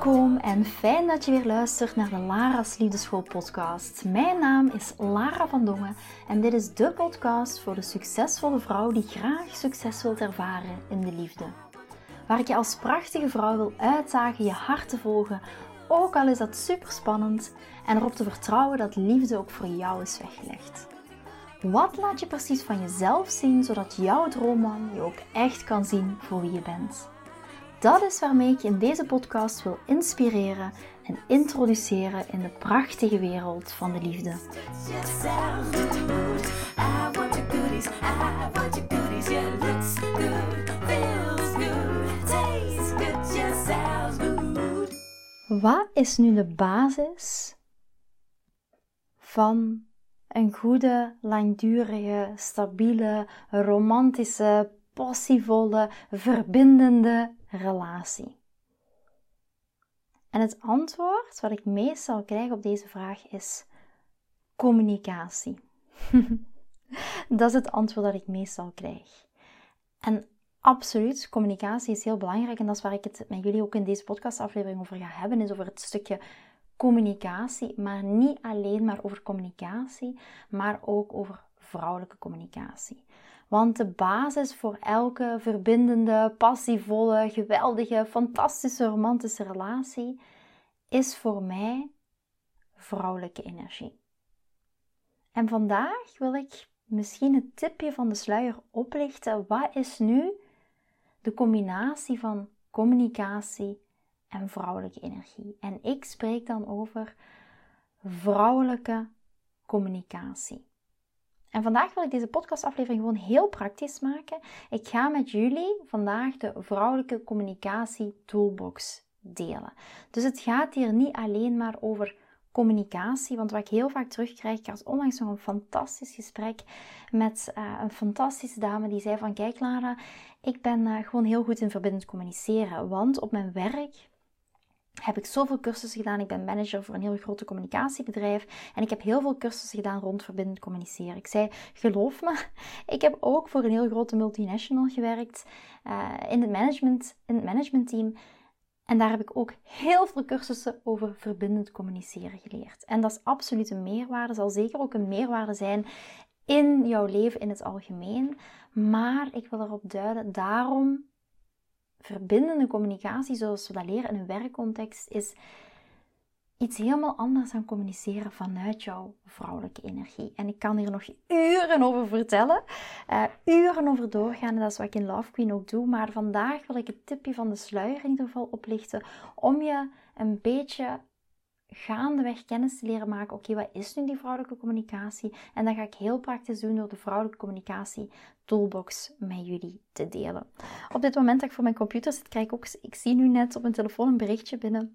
Welkom en fijn dat je weer luistert naar de Lara's Liefdeschool podcast. Mijn naam is Lara van Dongen en dit is de podcast voor de succesvolle vrouw die graag succes wilt ervaren in de liefde. Waar ik je als prachtige vrouw wil uitdagen je hart te volgen, ook al is dat super spannend, en erop te vertrouwen dat liefde ook voor jou is weggelegd. Wat laat je precies van jezelf zien, zodat jouw droomman je ook echt kan zien voor wie je bent? Dat is waarmee ik je in deze podcast wil inspireren en introduceren in de prachtige wereld van de liefde. Wat is nu de basis van een goede, langdurige, stabiele, romantische, passievolle, verbindende relatie? En het antwoord wat ik meestal krijg op deze vraag is communicatie. Dat is het antwoord dat ik meestal krijg. En absoluut, communicatie is heel belangrijk en dat is waar ik het met jullie ook in deze podcastaflevering over ga hebben, is over het stukje communicatie, maar niet alleen maar over communicatie, maar ook over vrouwelijke communicatie. Want de basis voor elke verbindende, passievolle, geweldige, fantastische, romantische relatie is voor mij vrouwelijke energie. En vandaag wil ik misschien het tipje van de sluier oplichten. Wat is nu de combinatie van communicatie en vrouwelijke energie? En ik spreek dan over vrouwelijke communicatie. En vandaag wil ik deze podcastaflevering gewoon heel praktisch maken. Ik ga met jullie vandaag de vrouwelijke communicatie toolbox delen. Dus het gaat hier niet alleen maar over communicatie, want wat ik heel vaak terugkrijg, ik had onlangs nog een fantastisch gesprek met een fantastische dame die zei van, kijk Lara, ik ben gewoon heel goed in verbindend communiceren, want op mijn werk heb ik zoveel cursussen gedaan. Ik ben manager voor een heel grote communicatiebedrijf en ik heb heel veel cursussen gedaan rond verbindend communiceren. Ik zei, geloof me, ik heb ook voor een heel grote multinational gewerkt in het managementteam. En daar heb ik ook heel veel cursussen over verbindend communiceren geleerd. En dat is absoluut een meerwaarde, zal zeker ook een meerwaarde zijn in jouw leven in het algemeen. Maar ik wil erop duiden, daarom verbindende communicatie, zoals we dat leren in een werkcontext, is iets helemaal anders dan communiceren vanuit jouw vrouwelijke energie. En ik kan hier nog uren over vertellen, uren over doorgaan. En dat is wat ik in Love Queen ook doe. Maar vandaag wil ik het tipje van de sluier in ieder geval oplichten, om je een beetje gaandeweg kennis te leren maken. Oké, wat is nu die vrouwelijke communicatie? En dat ga ik heel praktisch doen door de vrouwelijke communicatie toolbox met jullie te delen. Op dit moment dat ik voor mijn computer zit, krijg ik ook, ik zie nu net op mijn telefoon een berichtje binnen.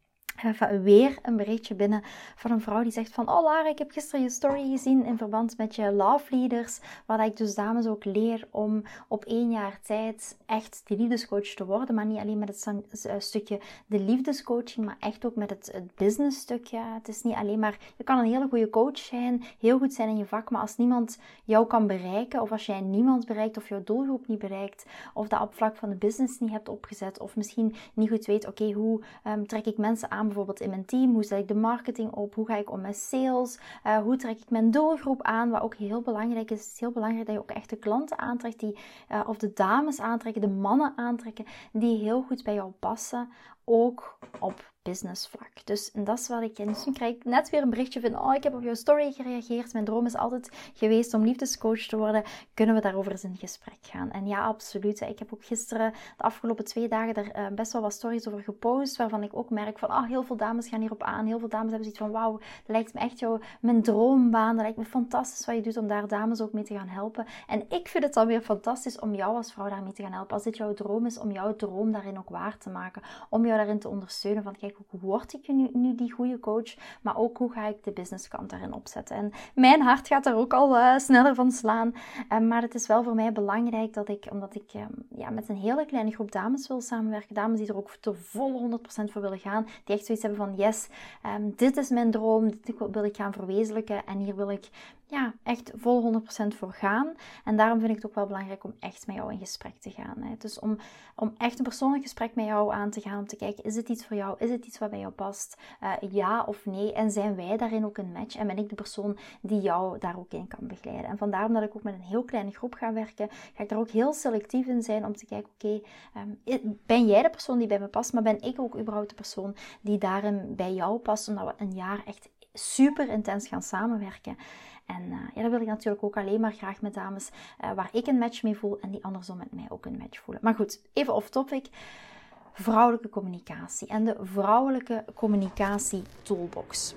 Weer een berichtje binnen van een vrouw die zegt van, oh Lara, ik heb gisteren je story gezien in verband met je love leaders, waar ik dus dames ook leer om op 1 jaar tijd echt de liefdescoach te worden, maar niet alleen met het stukje de liefdescoaching, maar echt ook met het business stukje. Het is niet alleen maar, je kan een hele goede coach zijn, heel goed zijn in je vak, maar als niemand jou kan bereiken, of als jij niemand bereikt, of jouw doelgroep niet bereikt, of dat op vlak van de business niet hebt opgezet, of misschien niet goed weet, oké, hoe trek ik mensen aan bijvoorbeeld in mijn team, hoe zet ik de marketing op, hoe ga ik om met sales, hoe trek ik mijn doelgroep aan, wat ook heel belangrijk is. Het is heel belangrijk dat je ook echt de klanten aantrekt, of de dames aantrekken, de mannen aantrekken, die heel goed bij jou passen, ook op business vlak. Dus en dat is wat ik, en dus nu krijg ik net weer een berichtje van, oh, ik heb op jouw story gereageerd, mijn droom is altijd geweest om liefdescoach te worden, kunnen we daarover eens in gesprek gaan? En ja, absoluut. Ik heb ook gisteren, de afgelopen 2 dagen, daar best wel wat stories over gepost, waarvan ik ook merk van, heel veel dames gaan hierop aan, heel veel dames hebben zoiets van, wauw, dat lijkt me echt mijn droombaan, dat lijkt me fantastisch wat je doet om daar dames ook mee te gaan helpen. En ik vind het dan weer fantastisch om jou als vrouw daarmee te gaan helpen, als dit jouw droom is, om jouw droom daarin ook waar te maken, om jou daarin te ondersteunen van, kijk, hoe word ik nu die goede coach, maar ook hoe ga ik de businesskant daarin opzetten. En mijn hart gaat daar ook al sneller van slaan, maar het is wel voor mij belangrijk dat ik, omdat ik met een hele kleine groep dames wil samenwerken, dames die er ook te volle 100% voor willen gaan, die echt zoiets hebben van, yes, dit is mijn droom, dit wil ik gaan verwezenlijken en hier wil ik echt vol 100% voor gaan. En daarom vind ik het ook wel belangrijk om echt met jou in gesprek te gaan. Hè. Dus om echt een persoonlijk gesprek met jou aan te gaan. Om te kijken, is het iets voor jou? Is het iets wat bij jou past? Ja of nee? En zijn wij daarin ook een match? En ben ik de persoon die jou daar ook in kan begeleiden? En vandaar dat ik ook met een heel kleine groep ga werken. Ga ik daar ook heel selectief in zijn om te kijken, oké, ben jij de persoon die bij me past? Maar ben ik ook überhaupt de persoon die daarin bij jou past? Omdat we een jaar echt super intens gaan samenwerken. En dat wil ik natuurlijk ook alleen maar graag met dames waar ik een match mee voel en die andersom met mij ook een match voelen. Maar goed, even off topic. Vrouwelijke communicatie en de vrouwelijke communicatie toolbox.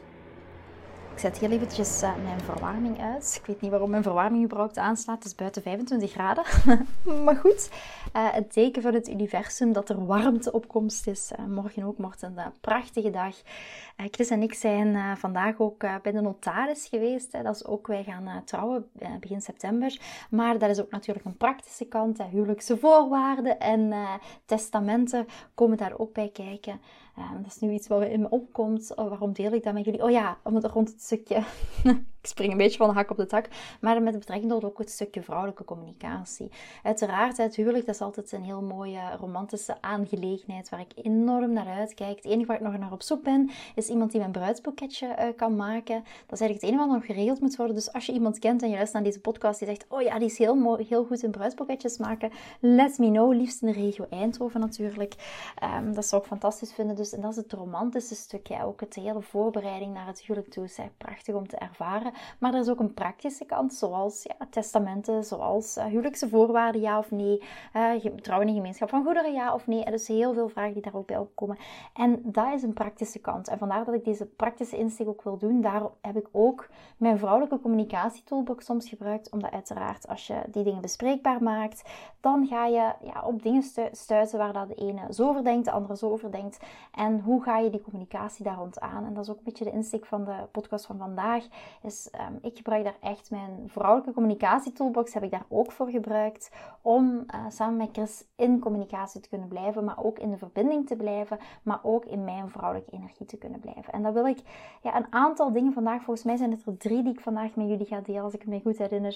Ik zet hier eventjes mijn verwarming uit. Ik weet niet waarom mijn verwarming überhaupt aanslaat. Het is buiten 25 graden. Maar goed, het teken van het universum dat er warmteopkomst is. Morgen ook wordt een prachtige dag. Chris en ik zijn vandaag ook bij de notaris geweest. Dat is ook, wij gaan trouwen begin september. Maar dat is ook natuurlijk een praktische kant. Huwelijkse voorwaarden en testamenten komen daar ook bij kijken. Dat is nu iets wat in me opkomt. Waarom deel ik dat met jullie? Oh ja, rond het stukje... Ik spring een beetje van de hak op de tak. Maar met betrekking tot ook het stukje vrouwelijke communicatie. Uiteraard, het huwelijk, dat is altijd een heel mooie romantische aangelegenheid waar ik enorm naar uitkijk. Het enige waar ik nog naar op zoek ben, is iemand die mijn bruidsboeketje kan maken. Dat is eigenlijk het enige wat nog geregeld moet worden. Dus als je iemand kent en je luistert naar deze podcast die zegt, oh ja, die is heel goed in bruidsboeketjes maken. Let me know, liefst in de regio Eindhoven natuurlijk. Dat zou ik fantastisch vinden. Dus, en dat is het romantische stukje. Ook het hele voorbereiding naar het huwelijk toe is prachtig om te ervaren. Maar er is ook een praktische kant, zoals testamenten, zoals huwelijkse voorwaarden, ja of nee. Trouwen in gemeenschap van goederen, ja of nee. Er zijn heel veel vragen die daar ook bij opkomen. En dat is een praktische kant. En vandaar dat ik deze praktische insteek ook wil doen. Daar heb ik ook mijn vrouwelijke communicatietoolbox soms gebruikt. Omdat uiteraard, als je die dingen bespreekbaar maakt, dan ga je op dingen stuiten waar dat de ene zo over denkt, de andere zo over denkt. En hoe ga je die communicatie daar rond aan? En dat is ook een beetje de insteek van de podcast van vandaag. Ik gebruik daar echt mijn vrouwelijke communicatietoolbox, heb ik daar ook voor gebruikt, om samen met Chris in communicatie te kunnen blijven, maar ook in de verbinding te blijven, maar ook in mijn vrouwelijke energie te kunnen blijven. En dan wil ik een aantal dingen vandaag, volgens mij zijn het er 3 die ik vandaag met jullie ga delen, als ik het me goed herinner,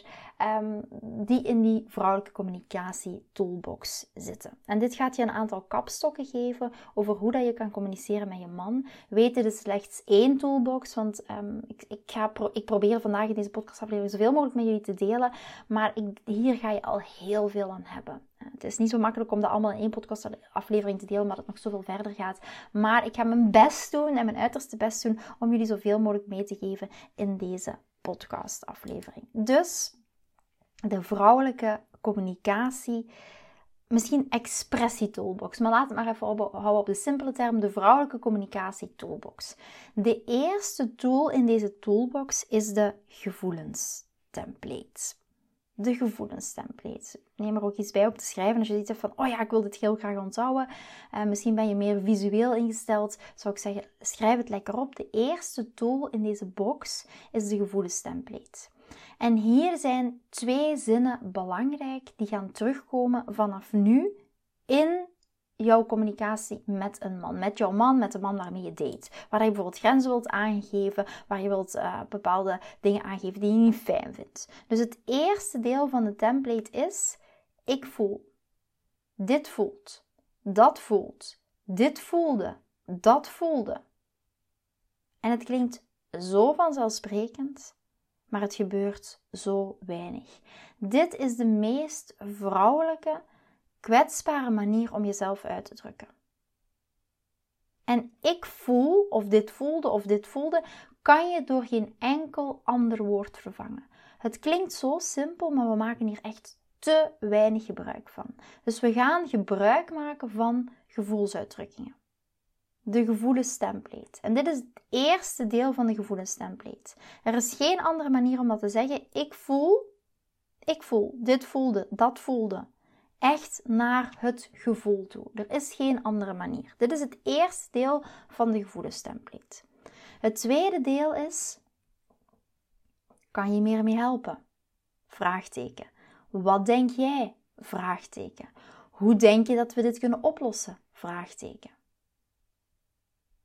die in die vrouwelijke communicatietoolbox zitten. En dit gaat je een aantal kapstokken geven over hoe dat je kan communiceren met je man. Weet, dit is slechts 1 toolbox, want ik probeer vandaag in deze podcastaflevering zoveel mogelijk met jullie te delen, maar hier ga je al heel veel aan hebben. Het is niet zo makkelijk om dat allemaal in 1 podcastaflevering te delen, omdat het nog zoveel verder gaat. Maar ik ga mijn best doen en mijn uiterste best doen om jullie zoveel mogelijk mee te geven in deze podcastaflevering. Dus de vrouwelijke communicatie, misschien expressie-toolbox, maar laat het maar even houden op de simpele term, de vrouwelijke communicatie-toolbox. De eerste tool in deze toolbox is de gevoelens-template. De gevoelens-template. Neem er ook iets bij op te schrijven. Als je ziet van, oh ja, ik wil dit heel graag onthouden. Misschien ben je meer visueel ingesteld. Zou ik zeggen, schrijf het lekker op. De eerste tool in deze box is de gevoelens-template. En hier zijn 2 zinnen belangrijk die gaan terugkomen vanaf nu in jouw communicatie met een man. Met jouw man, met de man waarmee je date. Waar je bijvoorbeeld grenzen wilt aangeven, waar je wilt bepaalde dingen aangeven die je niet fijn vindt. Dus het eerste deel van de template is, ik voel. Dit voelt. Dat voelt. Dit voelde. Dat voelde. En het klinkt zo vanzelfsprekend, maar het gebeurt zo weinig. Dit is de meest vrouwelijke, kwetsbare manier om jezelf uit te drukken. En ik voel, of dit voelde, kan je door geen enkel ander woord vervangen. Het klinkt zo simpel, maar we maken hier echt te weinig gebruik van. Dus we gaan gebruik maken van gevoelsuitdrukkingen. De gevoelenstemplate. En dit is het eerste deel van de gevoelenstemplate. Er is geen andere manier om dat te zeggen. Ik voel, dit voelde, dat voelde. Echt naar het gevoel toe. Er is geen andere manier. Dit is het eerste deel van de gevoelenstemplate. Het tweede deel is, kan je meer mee helpen? Vraagteken. Wat denk jij? Vraagteken. Hoe denk je dat we dit kunnen oplossen? Vraagteken.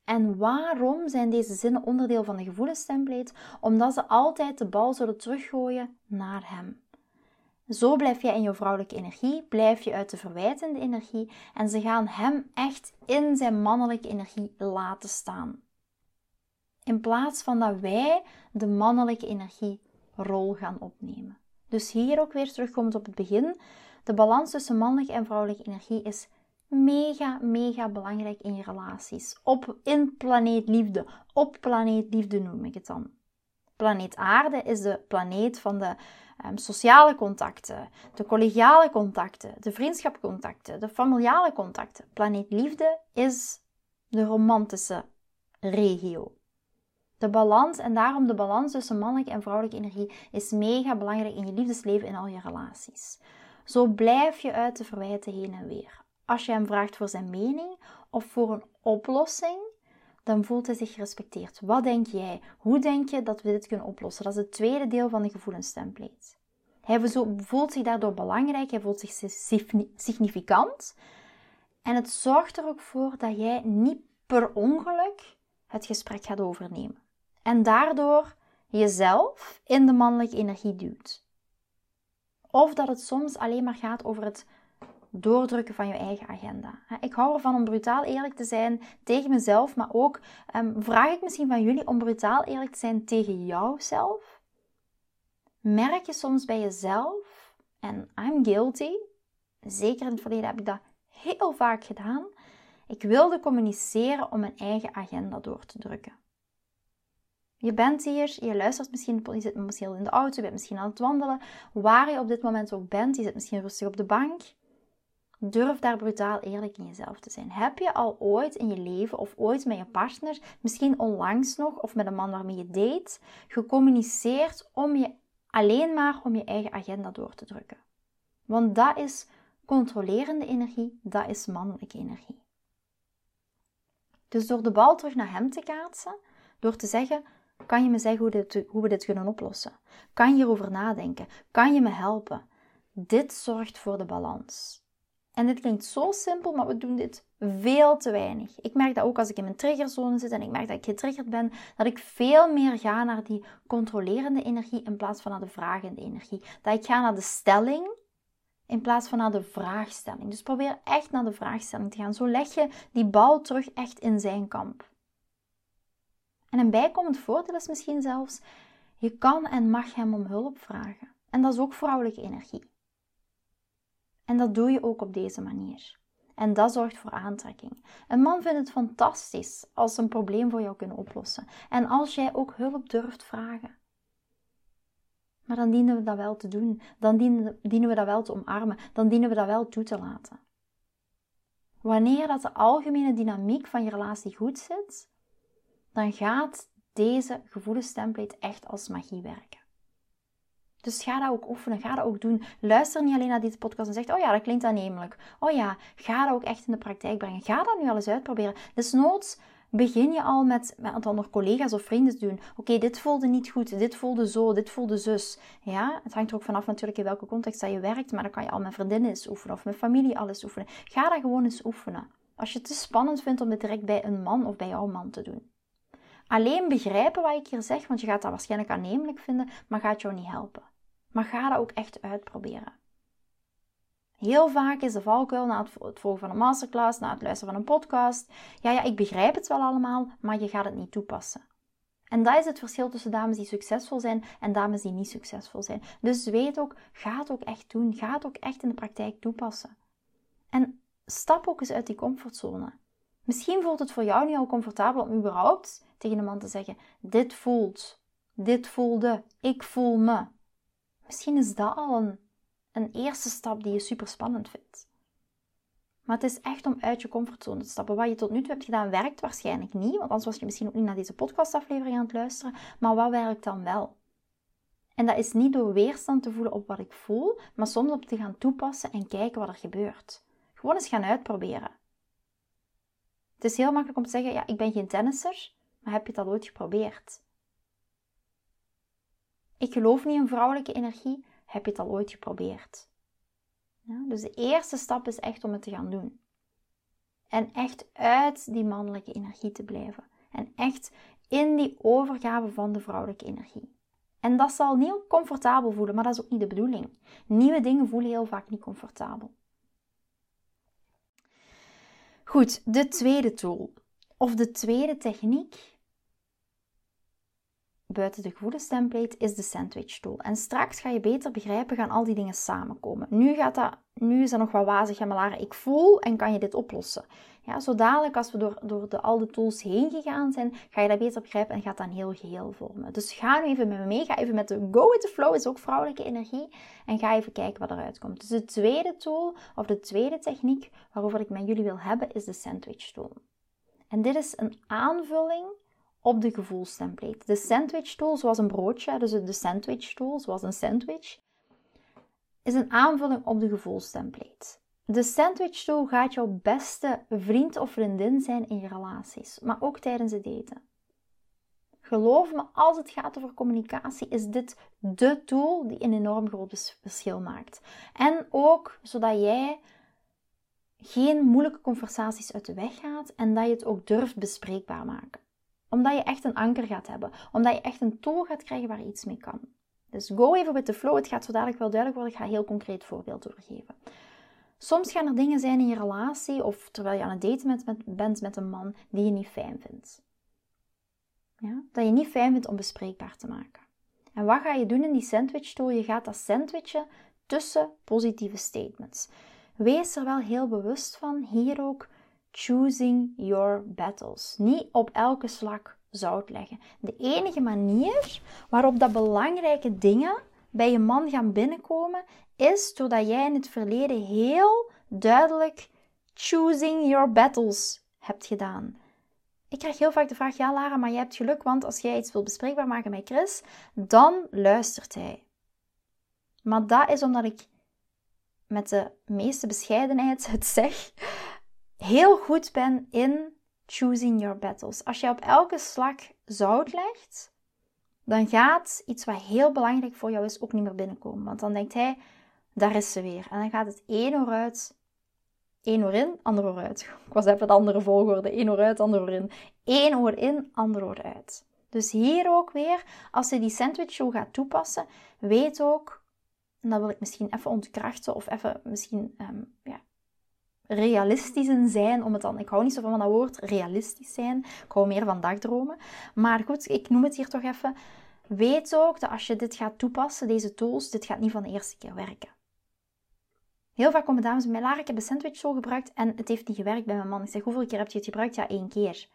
En waarom zijn deze zinnen onderdeel van de gevoelenstemplate? Omdat ze altijd de bal zullen teruggooien naar hem. Zo blijf jij in je vrouwelijke energie, blijf je uit de verwijtende energie en ze gaan hem echt in zijn mannelijke energie laten staan. In plaats van dat wij de mannelijke energierol gaan opnemen. Dus hier ook weer terugkomend op het begin. De balans tussen mannelijke en vrouwelijke energie is mega belangrijk in je relaties. In planeet liefde. Op planeet liefde noem ik het dan. Planeet aarde is de planeet van de sociale contacten, de collegiale contacten, de vriendschapscontacten, de familiale contacten. Planeet liefde is de romantische regio. De balans, en daarom de balans tussen mannelijke en vrouwelijke energie, is mega belangrijk in je liefdesleven en al je relaties. Zo blijf je uit de verwijten heen en weer. Als je hem vraagt voor zijn mening of voor een oplossing, dan voelt hij zich gerespecteerd. Wat denk jij? Hoe denk je dat we dit kunnen oplossen? Dat is het tweede deel van de gevoelenstemplate. Hij voelt zich daardoor belangrijk, hij voelt zich significant. En het zorgt er ook voor dat jij niet per ongeluk het gesprek gaat overnemen. En daardoor jezelf in de mannelijke energie duwt. Of dat het soms alleen maar gaat over het doordrukken van je eigen agenda. Ik hou ervan om brutaal eerlijk te zijn tegen mezelf, maar ook vraag ik misschien van jullie om brutaal eerlijk te zijn tegen jouzelf. Merk je soms bij jezelf, en I'm guilty, zeker in het verleden heb ik dat heel vaak gedaan, ik wilde communiceren om mijn eigen agenda door te drukken. Je bent hier, je luistert misschien, je zit misschien in de auto, je bent misschien aan het wandelen, waar je op dit moment ook bent, je zit misschien rustig op de bank. Durf daar brutaal eerlijk in jezelf te zijn. Heb je al ooit in je leven of ooit met je partner, misschien onlangs nog of met een man waarmee je date, gecommuniceerd alleen maar om je eigen agenda door te drukken? Want dat is controlerende energie, dat is mannelijke energie. Dus door de bal terug naar hem te kaatsen, door te zeggen, kan je me zeggen hoe we dit kunnen oplossen? Kan je hierover nadenken? Kan je me helpen? Dit zorgt voor de balans. En dit klinkt zo simpel, maar we doen dit veel te weinig. Ik merk dat ook als ik in mijn triggerzone zit en ik merk dat ik getriggerd ben, dat ik veel meer ga naar die controlerende energie in plaats van naar de vragende energie. Dat ik ga naar de stelling in plaats van naar de vraagstelling. Dus probeer echt naar de vraagstelling te gaan. Zo leg je die bal terug echt in zijn kamp. En een bijkomend voordeel is misschien zelfs, je kan en mag hem om hulp vragen. En dat is ook vrouwelijke energie. En dat doe je ook op deze manier. En dat zorgt voor aantrekking. Een man vindt het fantastisch als ze een probleem voor jou kunnen oplossen. En als jij ook hulp durft vragen. Maar dan dienen we dat wel te doen. Dan dienen we dat wel te omarmen. Dan dienen we dat wel toe te laten. Wanneer dat de algemene dynamiek van je relatie goed zit, dan gaat deze gevoelenstemplate echt als magie werken. Dus ga dat ook oefenen, ga dat ook doen. Luister niet alleen naar deze podcast en zeg, oh ja, dat klinkt aannemelijk. Oh ja, ga dat ook echt in de praktijk brengen. Ga dat nu al eens uitproberen. Desnoods begin je al met het onder collega's of vrienden te doen. Oké, dit voelde niet goed, dit voelde zo, dit voelde zus. Ja, het hangt er ook vanaf natuurlijk in welke context dat je werkt, maar dan kan je al met vriendinnen eens oefenen of met familie al eens oefenen. Ga dat gewoon eens oefenen. Als je het te spannend vindt om dit direct bij een man of bij jouw man te doen. Alleen begrijpen wat ik hier zeg, want je gaat dat waarschijnlijk aannemelijk vinden, maar gaat jou niet helpen. Maar ga dat ook echt uitproberen. Heel vaak is de valkuil na het volgen van een masterclass, na het luisteren van een podcast. Ja, ik begrijp het wel allemaal, maar je gaat het niet toepassen. En dat is het verschil tussen dames die succesvol zijn en dames die niet succesvol zijn. Dus weet ook, ga het ook echt doen. Ga het ook echt in de praktijk toepassen. En stap ook eens uit die comfortzone. Misschien voelt het voor jou niet al comfortabel om überhaupt tegen een man te zeggen, dit voelt, dit voelde, ik voel me. Misschien is dat al een eerste stap die je super spannend vindt. Maar het is echt om uit je comfortzone te stappen. Wat je tot nu toe hebt gedaan werkt waarschijnlijk niet, want anders was je misschien ook niet naar deze podcastaflevering aan het luisteren. Maar wat werkt dan wel? En dat is niet door weerstand te voelen op wat ik voel, maar soms op te gaan toepassen en kijken wat er gebeurt. Gewoon eens gaan uitproberen. Het is heel makkelijk om te zeggen, ja, ik ben geen tennisser, maar heb je het al ooit geprobeerd? Ik geloof niet in vrouwelijke energie, heb je het al ooit geprobeerd? Ja, dus de eerste stap is echt om het te gaan doen. En echt uit die mannelijke energie te blijven. En echt in die overgave van de vrouwelijke energie. En dat zal niet comfortabel voelen, maar dat is ook niet de bedoeling. Nieuwe dingen voelen heel vaak niet comfortabel. Goed, de tweede tool. Of de tweede techniek buiten de gevoelenstemplate is de sandwich tool. En straks ga je beter begrijpen, gaan al die dingen samenkomen. Nu is dat nog wat wazig, ja, maar Lara, ik voel en kan je dit oplossen. Ja, zo dadelijk als we door al de tools heen gegaan zijn, ga je dat beter begrijpen en gaat dat een heel geheel vormen. Dus ga nu even met me mee, ga even met de go with the flow, is ook vrouwelijke energie, en ga even kijken wat eruit komt. Dus de tweede tool, of de tweede techniek waarover ik met jullie wil hebben, is de sandwich tool. En dit is een aanvulling op de gevoelstemplate. De sandwich tool, zoals een broodje, dus de sandwich tool, zoals een sandwich, is een aanvulling op de gevoelstemplate. De sandwich tool gaat jouw beste vriend of vriendin zijn in je relaties, maar ook tijdens het daten. Geloof me, als het gaat over communicatie, is dit de tool die een enorm groot verschil maakt. En ook zodat jij geen moeilijke conversaties uit de weg gaat en dat je het ook durft bespreekbaar maken. Omdat je echt een anker gaat hebben. Omdat je echt een tool gaat krijgen waar je iets mee kan. Dus go even with the flow. Het gaat zo dadelijk wel duidelijk worden. Ik ga een heel concreet voorbeeld doorgeven. Soms gaan er dingen zijn in je relatie of terwijl je aan het daten bent met een man die je niet fijn vindt. Ja? Dat je niet fijn vindt om bespreekbaar te maken. En wat ga je doen in die sandwich tool? Je gaat dat sandwichen tussen positieve statements. Wees er wel heel bewust van. Hier ook choosing your battles. Niet op elke slag zout leggen. De enige manier waarop dat belangrijke dingen bij je man gaan binnenkomen, is doordat jij in het verleden heel duidelijk choosing your battles hebt gedaan. Ik krijg heel vaak de vraag, ja Lara, maar jij hebt geluk, want als jij iets wil bespreekbaar maken met Chris, dan luistert hij. Maar dat is omdat ik met de meeste bescheidenheid het zeg, heel goed ben in choosing your battles. Als je op elke slag zout legt, dan gaat iets wat heel belangrijk voor jou is ook niet meer binnenkomen. Want dan denkt hij, daar is ze weer. En dan gaat het één oor uit, één oor in, ander oor uit. Ik was even de andere volgorde. Één oor uit, ander oor in. Één oor in, ander oor uit. Dus hier ook weer, als je die sandwich show gaat toepassen, weet ook, en dat wil ik misschien even ontkrachten of even misschien realistisch in zijn, ik hou niet zo van dat woord realistisch zijn, ik hou meer van dagdromen, maar goed, ik noem het hier toch even. Weet ook dat als je dit gaat toepassen, deze tools, dit gaat niet van de eerste keer werken. Heel vaak komen dames bij mij, Lara, ik heb de sandwich show gebruikt en het heeft niet gewerkt bij mijn man. Ik zeg, hoeveel keer heb je het gebruikt? Ja, 1 keer.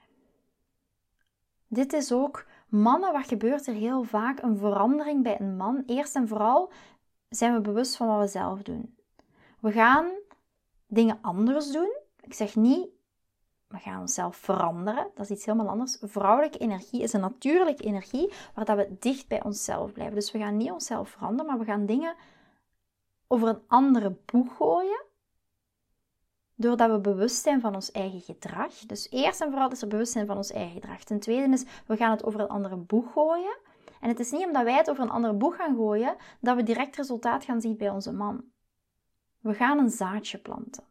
Dit is ook, mannen, wat gebeurt er heel vaak? Een verandering bij een man. Eerst en vooral zijn we bewust van wat we zelf doen. We gaan dingen anders doen. Ik zeg niet, we gaan onszelf veranderen. Dat is iets helemaal anders. Vrouwelijke energie is een natuurlijke energie waar dat we dicht bij onszelf blijven. Dus we gaan niet onszelf veranderen, maar we gaan dingen over een andere boeg gooien. Doordat we bewust zijn van ons eigen gedrag. Dus eerst en vooral is er bewustzijn van ons eigen gedrag. Ten tweede is, we gaan het over een andere boeg gooien. En het is niet omdat wij het over een andere boeg gaan gooien, dat we direct resultaat gaan zien bij onze man. We gaan een zaadje planten.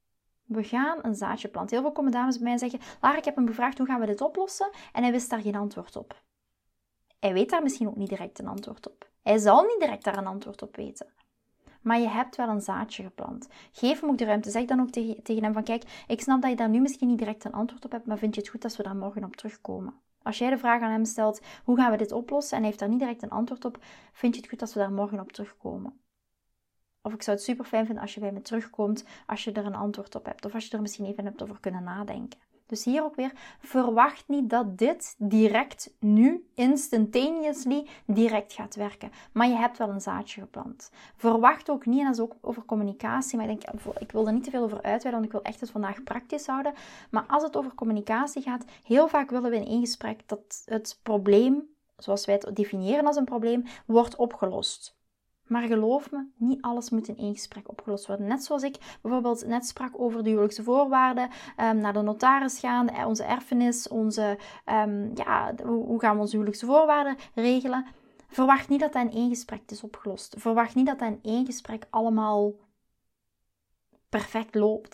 Heel veel komen dames bij mij en zeggen, Lara, ik heb hem gevraagd, hoe gaan we dit oplossen? En hij wist daar geen antwoord op. Hij weet daar misschien ook niet direct een antwoord op. Hij zal niet direct daar een antwoord op weten. Maar je hebt wel een zaadje geplant. Geef hem ook de ruimte. Zeg dan ook tegen hem van, kijk, ik snap dat je daar nu misschien niet direct een antwoord op hebt, maar vind je het goed als we daar morgen op terugkomen? Als jij de vraag aan hem stelt, hoe gaan we dit oplossen? En hij heeft daar niet direct een antwoord op, vind je het goed als we daar morgen op terugkomen? Of ik zou het super fijn vinden als je bij me terugkomt, als je er een antwoord op hebt. Of als je er misschien even hebt over kunnen nadenken. Dus hier ook weer, verwacht niet dat dit direct nu, instantaneously, direct gaat werken. Maar je hebt wel een zaadje geplant. Verwacht ook niet, en dat is ook over communicatie, maar ik wil er niet te veel over uitweiden, want ik wil echt het vandaag praktisch houden. Maar als het over communicatie gaat, heel vaak willen we in één gesprek dat het probleem, zoals wij het definiëren als een probleem, wordt opgelost. Maar geloof me, niet alles moet in één gesprek opgelost worden. Net zoals ik bijvoorbeeld net sprak over de huwelijkse voorwaarden, naar de notaris gaan, onze erfenis, hoe gaan we onze huwelijkse voorwaarden regelen. Verwacht niet dat dat in één gesprek is opgelost. Verwacht niet dat dat in één gesprek allemaal perfect loopt.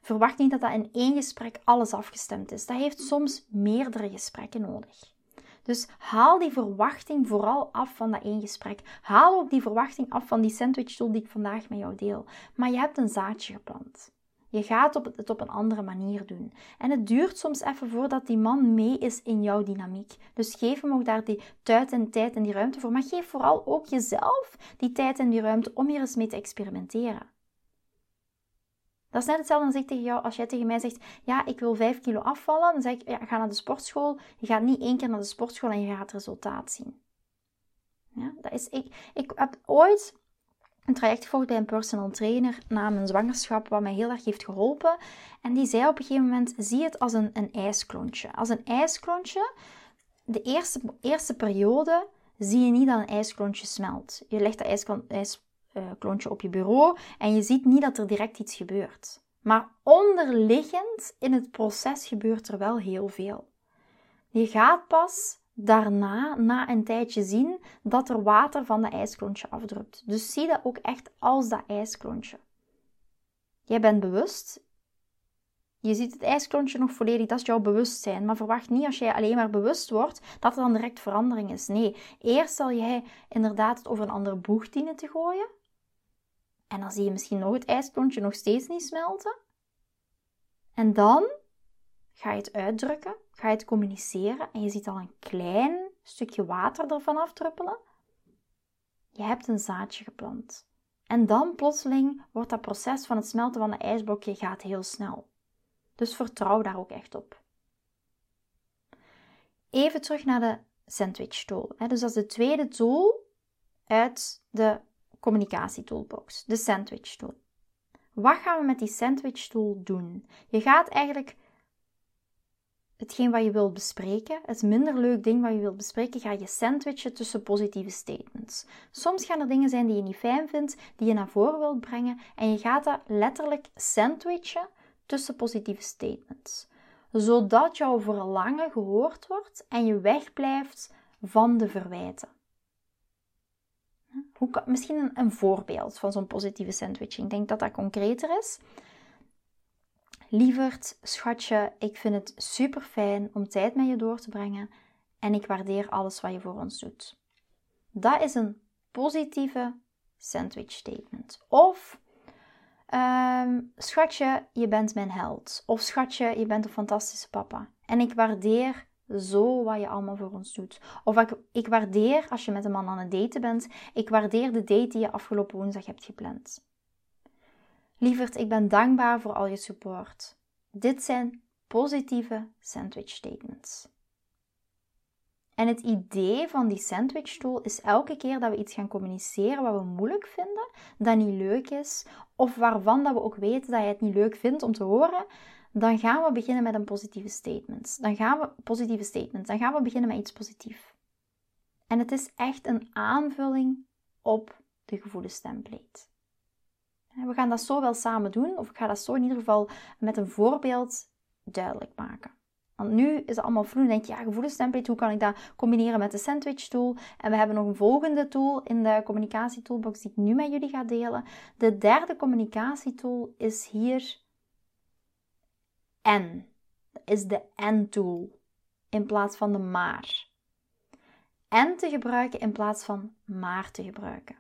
verwacht niet dat in 1 gesprek alles afgestemd is. Dat heeft soms meerdere gesprekken nodig. Dus haal die verwachting vooral af van dat 1 gesprek. Haal ook die verwachting af van die sandwich-tool die ik vandaag met jou deel. Maar je hebt een zaadje geplant. Je gaat het op een andere manier doen. En het duurt soms even voordat die man mee is in jouw dynamiek. Dus geef hem ook daar die tijd en die ruimte voor. Maar geef vooral ook jezelf die tijd en die ruimte om hier eens mee te experimenteren. Dat is net hetzelfde als ik tegen jou, als jij tegen mij zegt, ja, ik wil 5 kilo afvallen. Dan zeg ik, ja, ga naar de sportschool. Je gaat niet 1 keer naar de sportschool en je gaat het resultaat zien. Ja, dat is, ik heb ooit een traject gevolgd bij een personal trainer na mijn zwangerschap, wat mij heel erg heeft geholpen. En die zei op een gegeven moment, zie het als een ijsklontje. Als een ijsklontje, de eerste periode, zie je niet dat een ijsklontje smelt. Je legt dat ijsklontje op je bureau en je ziet niet dat er direct iets gebeurt. Maar onderliggend in het proces gebeurt er wel heel veel. Je gaat pas daarna, na een tijdje zien dat er water van dat ijsklontje afdrupt. Dus zie dat ook echt als dat ijsklontje. Jij bent bewust. Je ziet het ijsklontje nog volledig, dat is jouw bewustzijn. Maar verwacht niet als jij alleen maar bewust wordt, dat er dan direct verandering is. Nee, eerst zal jij inderdaad het over een andere boeg dienen te gooien. En dan zie je misschien nog het ijsklontje nog steeds niet smelten. En dan ga je het uitdrukken, ga je het communiceren en je ziet al een klein stukje water ervan afdruppelen. Je hebt een zaadje geplant. En dan plotseling wordt dat proces van het smelten van de ijsblokje gaat heel snel. Dus vertrouw daar ook echt op. Even terug naar de sandwich tool. Dus dat is de tweede tool uit de communicatietoolbox. De sandwich tool. Wat gaan we met die sandwich tool doen? Je gaat eigenlijk hetgeen wat je wilt bespreken, het minder leuk ding wat je wilt bespreken, ga je sandwichen tussen positieve statements. Soms gaan er dingen zijn die je niet fijn vindt, die je naar voren wilt brengen en je gaat dat letterlijk sandwichen tussen positieve statements. Zodat jouw verlangen gehoord wordt en je wegblijft van de verwijten. Misschien een voorbeeld van zo'n positieve sandwiching. Ik denk dat dat concreter is. Lieverd, schatje, ik vind het super fijn om tijd met je door te brengen en ik waardeer alles wat je voor ons doet. Dat is een positieve sandwich statement. Of, schatje, je bent mijn held. Of schatje, je bent een fantastische papa. En ik waardeer zo wat je allemaal voor ons doet. Of ik waardeer, als je met een man aan het daten bent, ik waardeer de date die je afgelopen woensdag hebt gepland. Lieverd, ik ben dankbaar voor al je support. Dit zijn positieve sandwich statements. En het idee van die sandwich tool is elke keer dat we iets gaan communiceren wat we moeilijk vinden, dat niet leuk is, of waarvan dat we ook weten dat je het niet leuk vindt om te horen, dan gaan we beginnen met een positieve statement. Dan gaan we beginnen met iets positiefs. En het is echt een aanvulling op de gevoelenstemplate. We gaan dat zo wel samen doen, of ik ga dat zo in ieder geval met een voorbeeld duidelijk maken. Want nu is het allemaal vloeiend en denk je, ja, gevoelenstemplate, hoe kan ik dat combineren met de sandwich tool? En we hebben nog een volgende tool in de communicatietoolbox die ik nu met jullie ga delen. De derde communicatietool is hier en. Dat is de en tool in plaats van de maar. En te gebruiken in plaats van maar te gebruiken.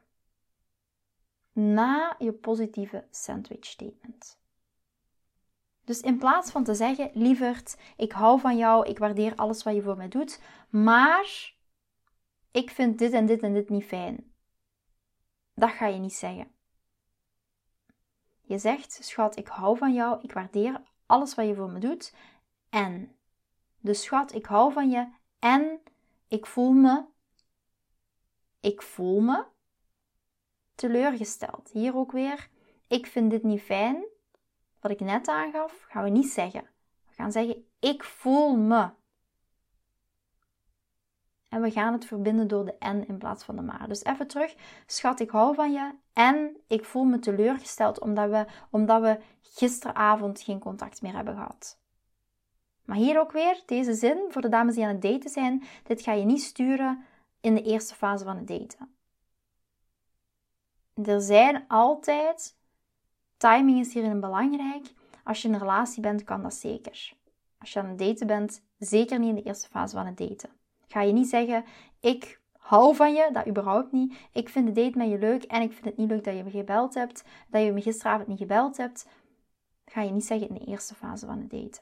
Na je positieve sandwich statement. Dus in plaats van te zeggen, lieverd, ik hou van jou, ik waardeer alles wat je voor mij doet, maar ik vind dit en dit en dit niet fijn. Dat ga je niet zeggen. Je zegt, schat, ik hou van jou, ik waardeer alles wat je voor me doet en. Dus schat, ik hou van je en ik voel me teleurgesteld. Hier ook weer, ik vind dit niet fijn. Wat ik net aangaf, gaan we niet zeggen. We gaan zeggen, ik voel me. En we gaan het verbinden door de en in plaats van de maar. Dus even terug, schat, ik hou van je en ik voel me teleurgesteld omdat we gisteravond geen contact meer hebben gehad. Maar hier ook weer, deze zin, voor de dames die aan het daten zijn, dit ga je niet sturen in de eerste fase van het daten. Er zijn altijd, timing is hierin belangrijk, Als je in een relatie bent, kan dat zeker. Als je aan het daten bent, zeker niet in de eerste fase van het daten. Ga je niet zeggen, ik hou van je, dat überhaupt niet. Ik vind de date met je leuk en ik vind het niet leuk dat je me gebeld hebt, dat je me gisteravond niet gebeld hebt. Ga je niet zeggen in de eerste fase van het daten.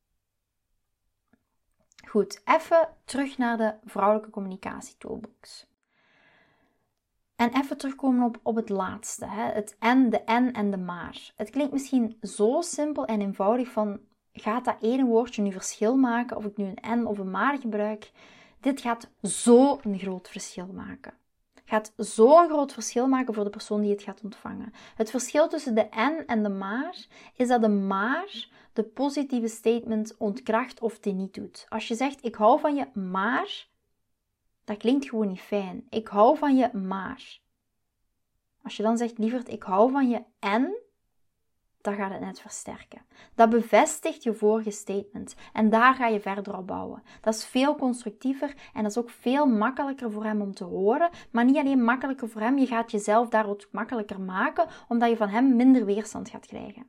Goed, even terug naar de vrouwelijke communicatietoolbox. En even terugkomen op het laatste. Het en, de en de maar. Het klinkt misschien zo simpel en eenvoudig van, gaat dat ene woordje nu verschil maken? Of ik nu een en of een maar gebruik? Dit gaat zo een groot verschil maken. Gaat zo'n groot verschil maken voor de persoon die het gaat ontvangen. Het verschil tussen de en de maar is dat de maar de positieve statement ontkracht of teniet doet. Als je zegt, ik hou van je, maar, dat klinkt gewoon niet fijn. Ik hou van je, maar. Als je dan zegt, lieverd, ik hou van je en, dan gaat het net versterken. Dat bevestigt je vorige statement. En daar ga je verder op bouwen. Dat is veel constructiever en dat is ook veel makkelijker voor hem om te horen. Maar niet alleen makkelijker voor hem, je gaat jezelf daar ook makkelijker maken, omdat je van hem minder weerstand gaat krijgen.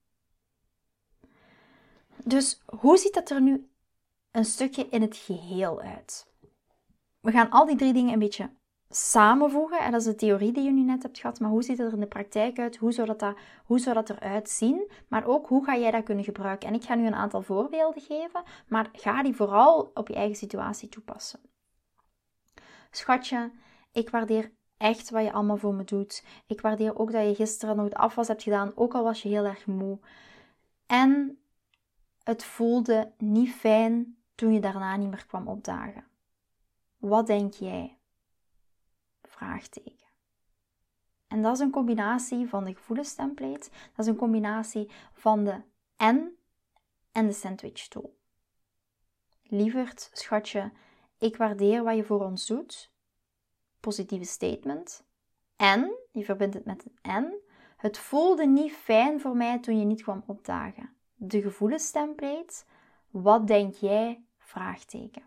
Dus hoe ziet dat er nu een stukje in het geheel uit? We gaan al die 3 dingen een beetje samenvoegen. En dat is de theorie die je nu net hebt gehad. Maar hoe ziet het er in de praktijk uit? Hoe zou dat eruit zien? Maar ook, hoe ga jij dat kunnen gebruiken? En ik ga nu een aantal voorbeelden geven. Maar ga die vooral op je eigen situatie toepassen. Schatje, ik waardeer echt wat je allemaal voor me doet. Ik waardeer ook dat je gisteren nog de afwas hebt gedaan. Ook al was je heel erg moe. En het voelde niet fijn toen je daarna niet meer kwam opdagen. Wat denk jij? Vraagteken. En dat is een combinatie van de gevoelenstemplate. Dat is een combinatie van de en de sandwich tool. Lieverd, schatje, ik waardeer wat je voor ons doet. Positieve statement. En, je verbindt het met een en. Het voelde niet fijn voor mij toen je niet kwam opdagen. De gevoelenstemplate. Wat denk jij? Vraagteken.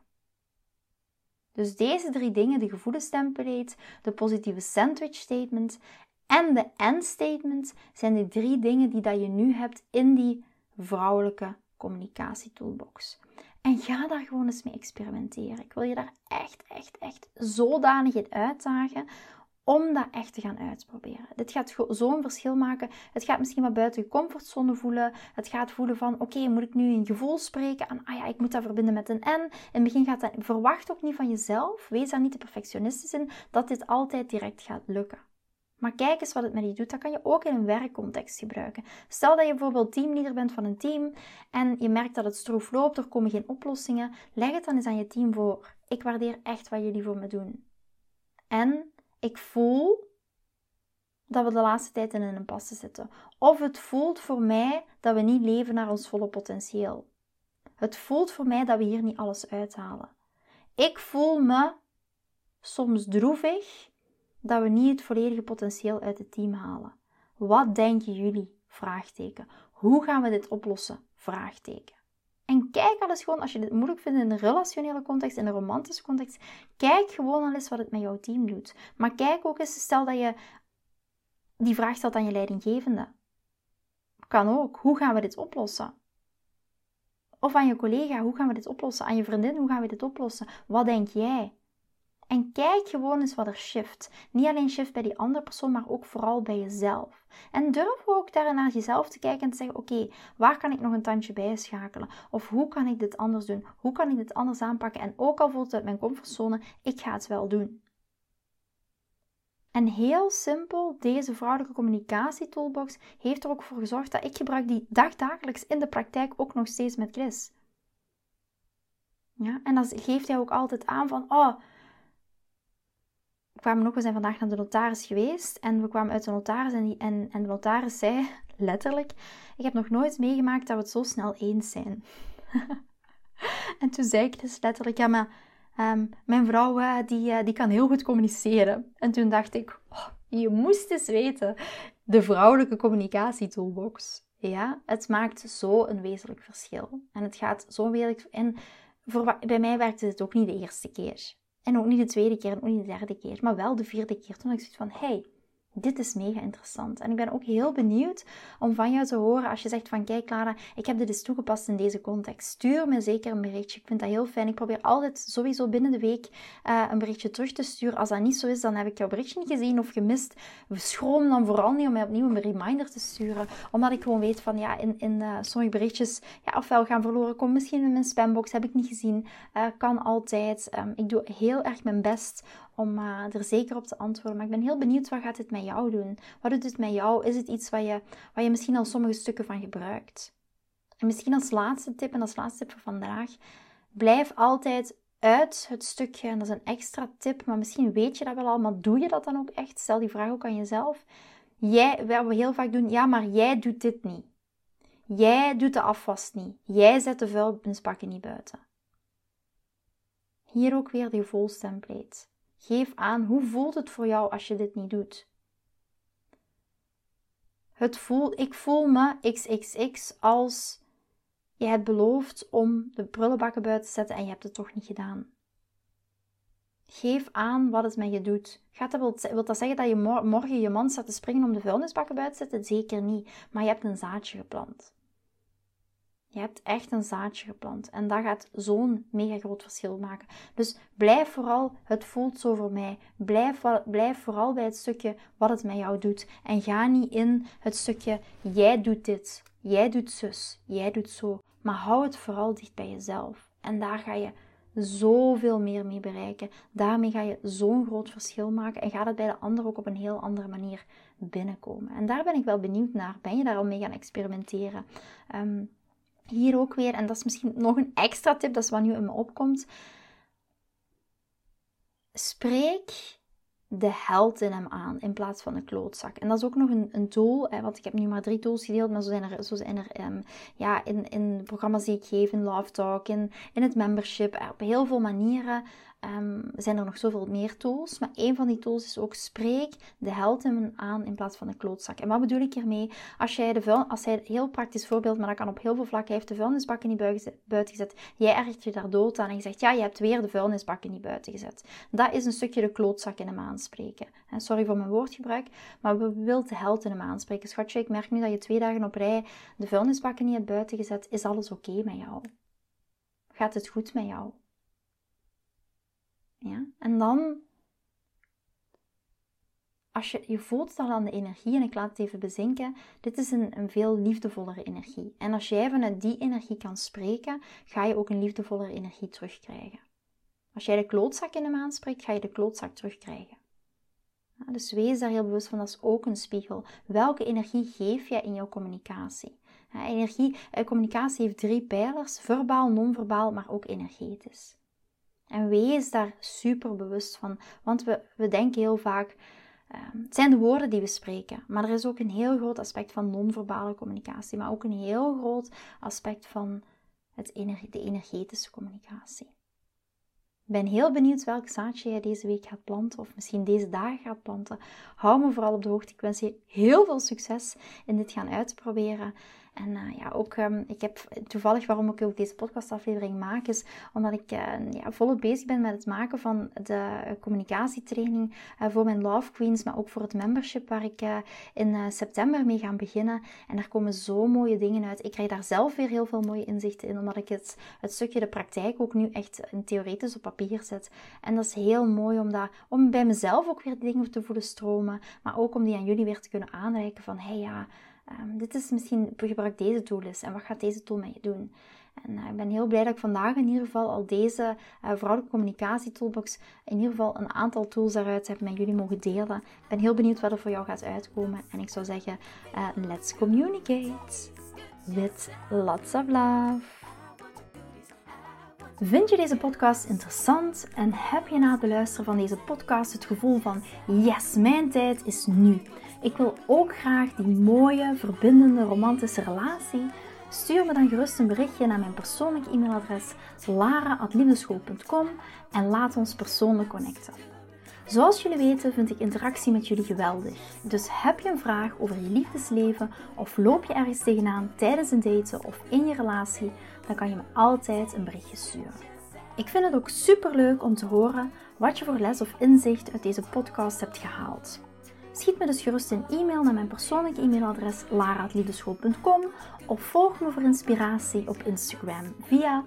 Dus deze 3 dingen, de gevoelenstemplate, de positieve sandwich statement en de end statement, zijn de 3 dingen die dat je nu hebt in die vrouwelijke communicatietoolbox. En ga daar gewoon eens mee experimenteren. Ik wil je daar echt zodanig in uitdagen om dat echt te gaan uitproberen. Dit gaat zo'n verschil maken. Het gaat misschien wat buiten je comfortzone voelen. Het gaat voelen van, oké, moet ik nu een gevoel spreken? En ik moet dat verbinden met een en. In het begin gaat dat, verwacht ook niet van jezelf. Wees daar niet te perfectionistisch in, dat dit altijd direct gaat lukken. Maar kijk eens wat het met je doet. Dat kan je ook in een werkcontext gebruiken. Stel dat je bijvoorbeeld teamleader bent van een team en je merkt dat het stroef loopt, er komen geen oplossingen. Leg het dan eens aan je team voor. Ik waardeer echt wat jullie voor me doen. En ik voel dat we de laatste tijd in een impasse zitten. Of het voelt voor mij dat we niet leven naar ons volle potentieel. Het voelt voor mij dat we hier niet alles uithalen. Ik voel me soms droevig dat we niet het volledige potentieel uit het team halen. Wat denken jullie? Vraagteken. Hoe gaan we dit oplossen? Vraagteken. En kijk al eens gewoon, als je dit moeilijk vindt in een relationele context, in een romantische context, kijk gewoon al eens wat het met jouw team doet. Maar kijk ook eens, stel dat je die vraag stelt aan je leidinggevende. Kan ook. Hoe gaan we dit oplossen? Of aan je collega, hoe gaan we dit oplossen? Aan je vriendin, hoe gaan we dit oplossen? Wat denk jij? En kijk gewoon eens wat er shift. Niet alleen shift bij die andere persoon, maar ook vooral bij jezelf. En durf ook daar naar jezelf te kijken en te zeggen, oké, waar kan ik nog een tandje bij schakelen? Of hoe kan ik dit anders doen? Hoe kan ik dit anders aanpakken? En ook al voelt het uit mijn comfortzone, ik ga het wel doen. En heel simpel, deze vrouwelijke communicatietoolbox heeft er ook voor gezorgd dat ik gebruik die dagdagelijks in de praktijk ook nog steeds met Chris. Ja, en dan geeft hij ook altijd aan van, we zijn vandaag naar de notaris geweest en we kwamen uit de notaris en de notaris zei letterlijk, ik heb nog nooit meegemaakt dat we het zo snel eens zijn. En toen zei ik dus letterlijk, ja maar mijn vrouw die kan heel goed communiceren. En toen dacht ik, je moest eens weten, de vrouwelijke communicatietoolbox. Ja, het maakt zo een wezenlijk verschil. En het gaat zo wezenlijk, en bij mij werkte het ook niet de eerste keer. En ook niet de tweede keer en ook niet de derde keer, maar wel de 4e keer. Toen had ik zoiets van, Dit is mega interessant. En ik ben ook heel benieuwd om van jou te horen als je zegt van kijk Lara, ik heb dit eens toegepast in deze context. Stuur me zeker een berichtje. Ik vind dat heel fijn. Ik probeer altijd sowieso binnen de week een berichtje terug te sturen. Als dat niet zo is, dan heb ik jouw berichtje niet gezien of gemist. Schroom dan vooral niet om mij opnieuw een reminder te sturen. Omdat ik gewoon weet van ja, in sommige berichtjes ofwel gaan verloren komen. Misschien in mijn spambox, heb ik niet gezien. Kan altijd. Ik doe heel erg mijn best om er zeker op te antwoorden. Maar ik ben heel benieuwd, wat gaat dit met jou doen? Wat doet het met jou? Is het iets waar je misschien al sommige stukken van gebruikt? En misschien als laatste tip, en als laatste tip voor vandaag, blijf altijd uit het stukje, en dat is een extra tip, maar misschien weet je dat wel al, maar doe je dat dan ook echt? Stel die vraag ook aan jezelf. Wat we heel vaak doen, ja, maar jij doet dit niet. Jij doet de afwas niet. Jij zet de vuilnisbakken niet buiten. Hier ook weer de gevoelstemplate. Geef aan, hoe voelt het voor jou als je dit niet doet? Ik voel me XXX als je hebt beloofd om de prullenbakken buiten te zetten en je hebt het toch niet gedaan. Geef aan wat het met je doet. Wil dat zeggen dat je morgen je man staat te springen om de vuilnisbakken buiten te zetten? Zeker niet. Maar je hebt een zaadje geplant. Je hebt echt een zaadje geplant. En dat gaat zo'n mega groot verschil maken. Dus blijf vooral, het voelt zo voor mij. Blijf vooral bij het stukje wat het met jou doet. En ga niet in het stukje, jij doet dit. Jij doet zus. Jij doet zo. Maar hou het vooral dicht bij jezelf. En daar ga je zoveel meer mee bereiken. Daarmee ga je zo'n groot verschil maken. En gaat het bij de ander ook op een heel andere manier binnenkomen. En daar ben ik wel benieuwd naar. Ben je daar al mee gaan experimenteren? Hier ook weer, en dat is misschien nog een extra tip, dat is wat nu in me opkomt. Spreek de held in hem aan, in plaats van de klootzak. En dat is ook nog een tool, want ik heb nu maar 3 tools gedeeld, maar zo zijn er in de programma's die ik geef, in Love Talk, in het membership, op heel veel manieren zijn er nog zoveel meer tools. Maar een van die tools is ook spreek de held in hem aan in plaats van de klootzak. En wat bedoel ik hiermee? Als hij, heel praktisch voorbeeld, maar dat kan op heel veel vlakken, hij heeft de vuilnisbakken niet buiten gezet. Jij ergert je daar dood aan en je zegt, ja, je hebt weer de vuilnisbakken niet buiten gezet. Dat is een stukje de klootzak in hem aanspreken. Sorry voor mijn woordgebruik, maar we willen de held in hem aanspreken. Schatje, ik merk nu dat je 2 dagen op rij de vuilnisbakken niet hebt buiten gezet. Is alles oké met jou? Gaat het goed met jou? Ja? En dan, als je voelt het al aan de energie, en ik laat het even bezinken, dit is een veel liefdevollere energie. En als jij vanuit die energie kan spreken, ga je ook een liefdevollere energie terugkrijgen. Als jij de klootzak in hem aanspreekt, ga je de klootzak terugkrijgen. Ja, dus wees daar heel bewust van, dat is ook een spiegel. Welke energie geef jij in jouw communicatie? Communicatie heeft 3 pijlers, verbaal, non-verbaal, maar ook energetisch. En wees daar super bewust van, want we denken heel vaak, het zijn de woorden die we spreken, maar er is ook een heel groot aspect van non-verbale communicatie, maar ook een heel groot aspect van de energetische communicatie. Ik ben heel benieuwd welk zaadje jij deze week gaat planten, of misschien deze dagen gaat planten. Hou me vooral op de hoogte. Ik wens je heel veel succes in dit gaan uitproberen. En ik heb toevallig, waarom ik ook deze podcastaflevering maak, is omdat ik volop bezig ben met het maken van de communicatietraining voor mijn Love Queens, maar ook voor het membership waar ik in september mee ga beginnen. En daar komen zo mooie dingen uit. Ik krijg daar zelf weer heel veel mooie inzichten in, omdat ik het stukje de praktijk ook nu echt theoretisch op papier zet. En dat is heel mooi om bij mezelf ook weer dingen te voelen stromen, maar ook om die aan jullie weer te kunnen aanreiken van, dit is misschien, gebruik deze tool eens en wat gaat deze tool met je doen? En ik ben heel blij dat ik vandaag in ieder geval al deze vrouwelijke communicatie toolbox, in ieder geval een aantal tools daaruit heb met jullie mogen delen. Ik ben heel benieuwd wat er voor jou gaat uitkomen. En ik zou zeggen, let's communicate with lots of love. Vind je deze podcast interessant en heb je na het beluisteren van deze podcast het gevoel van, yes, mijn tijd is nu. Ik wil ook graag die mooie, verbindende, romantische relatie. Stuur me dan gerust een berichtje naar mijn persoonlijk e-mailadres lara@liefdeschool.com en laat ons persoonlijk connecten. Zoals jullie weten vind ik interactie met jullie geweldig. Dus heb je een vraag over je liefdesleven of loop je ergens tegenaan tijdens een daten of in je relatie, dan kan je me altijd een berichtje sturen. Ik vind het ook super leuk om te horen wat je voor les of inzicht uit deze podcast hebt gehaald. Schiet me dus gerust een e-mail naar mijn persoonlijke e-mailadres lara@liefdeschool.com of volg me voor inspiratie op Instagram via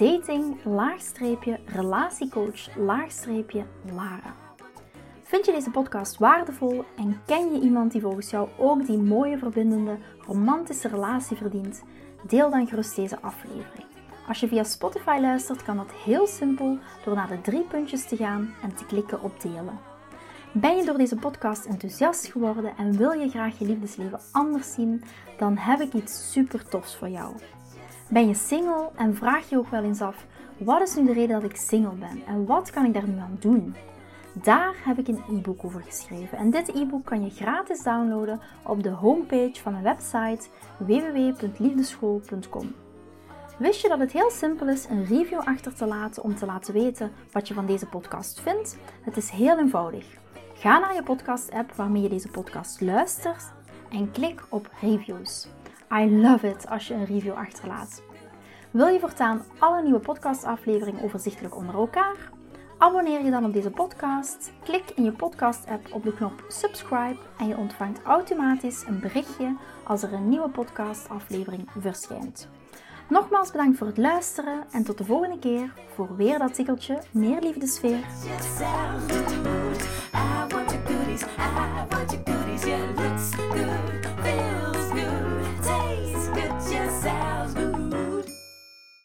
dating-relatiecoach-lara. Vind je deze podcast waardevol en ken je iemand die volgens jou ook die mooie, verbindende, romantische relatie verdient? Deel dan gerust deze aflevering. Als je via Spotify luistert, kan dat heel simpel door naar de 3 puntjes te gaan en te klikken op delen. Ben je door deze podcast enthousiast geworden en wil je graag je liefdesleven anders zien, dan heb ik iets super tofs voor jou. Ben je single en vraag je ook wel eens af, wat is nu de reden dat ik single ben en wat kan ik daar nu aan doen? Daar heb ik een e-book over geschreven en dit e-book kan je gratis downloaden op de homepage van mijn website www.liefdeschool.com. Wist je dat het heel simpel is een review achter te laten om te laten weten wat je van deze podcast vindt? Het is heel eenvoudig. Ga naar je podcast-app waarmee je deze podcast luistert en klik op reviews. I love it als je een review achterlaat. Wil je voortaan alle nieuwe podcastafleveringen overzichtelijk onder elkaar? Abonneer je dan op deze podcast, klik in je podcast-app op de knop subscribe en je ontvangt automatisch een berichtje als er een nieuwe podcastaflevering verschijnt. Nogmaals bedankt voor het luisteren en tot de volgende keer voor weer dat tikkeltje meer liefdesfeer. I want your goodies, yeah, looks good.